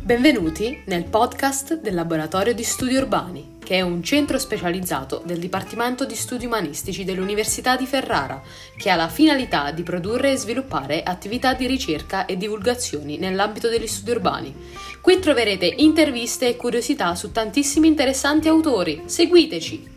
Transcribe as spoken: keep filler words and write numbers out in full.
Benvenuti nel podcast del Laboratorio di Studi Urbani, che è un centro specializzato del Dipartimento di Studi Umanistici dell'Università di Ferrara, che ha la finalità di produrre e sviluppare attività di ricerca e divulgazioni nell'ambito degli studi urbani. Qui troverete interviste e curiosità su tantissimi interessanti autori. Seguiteci!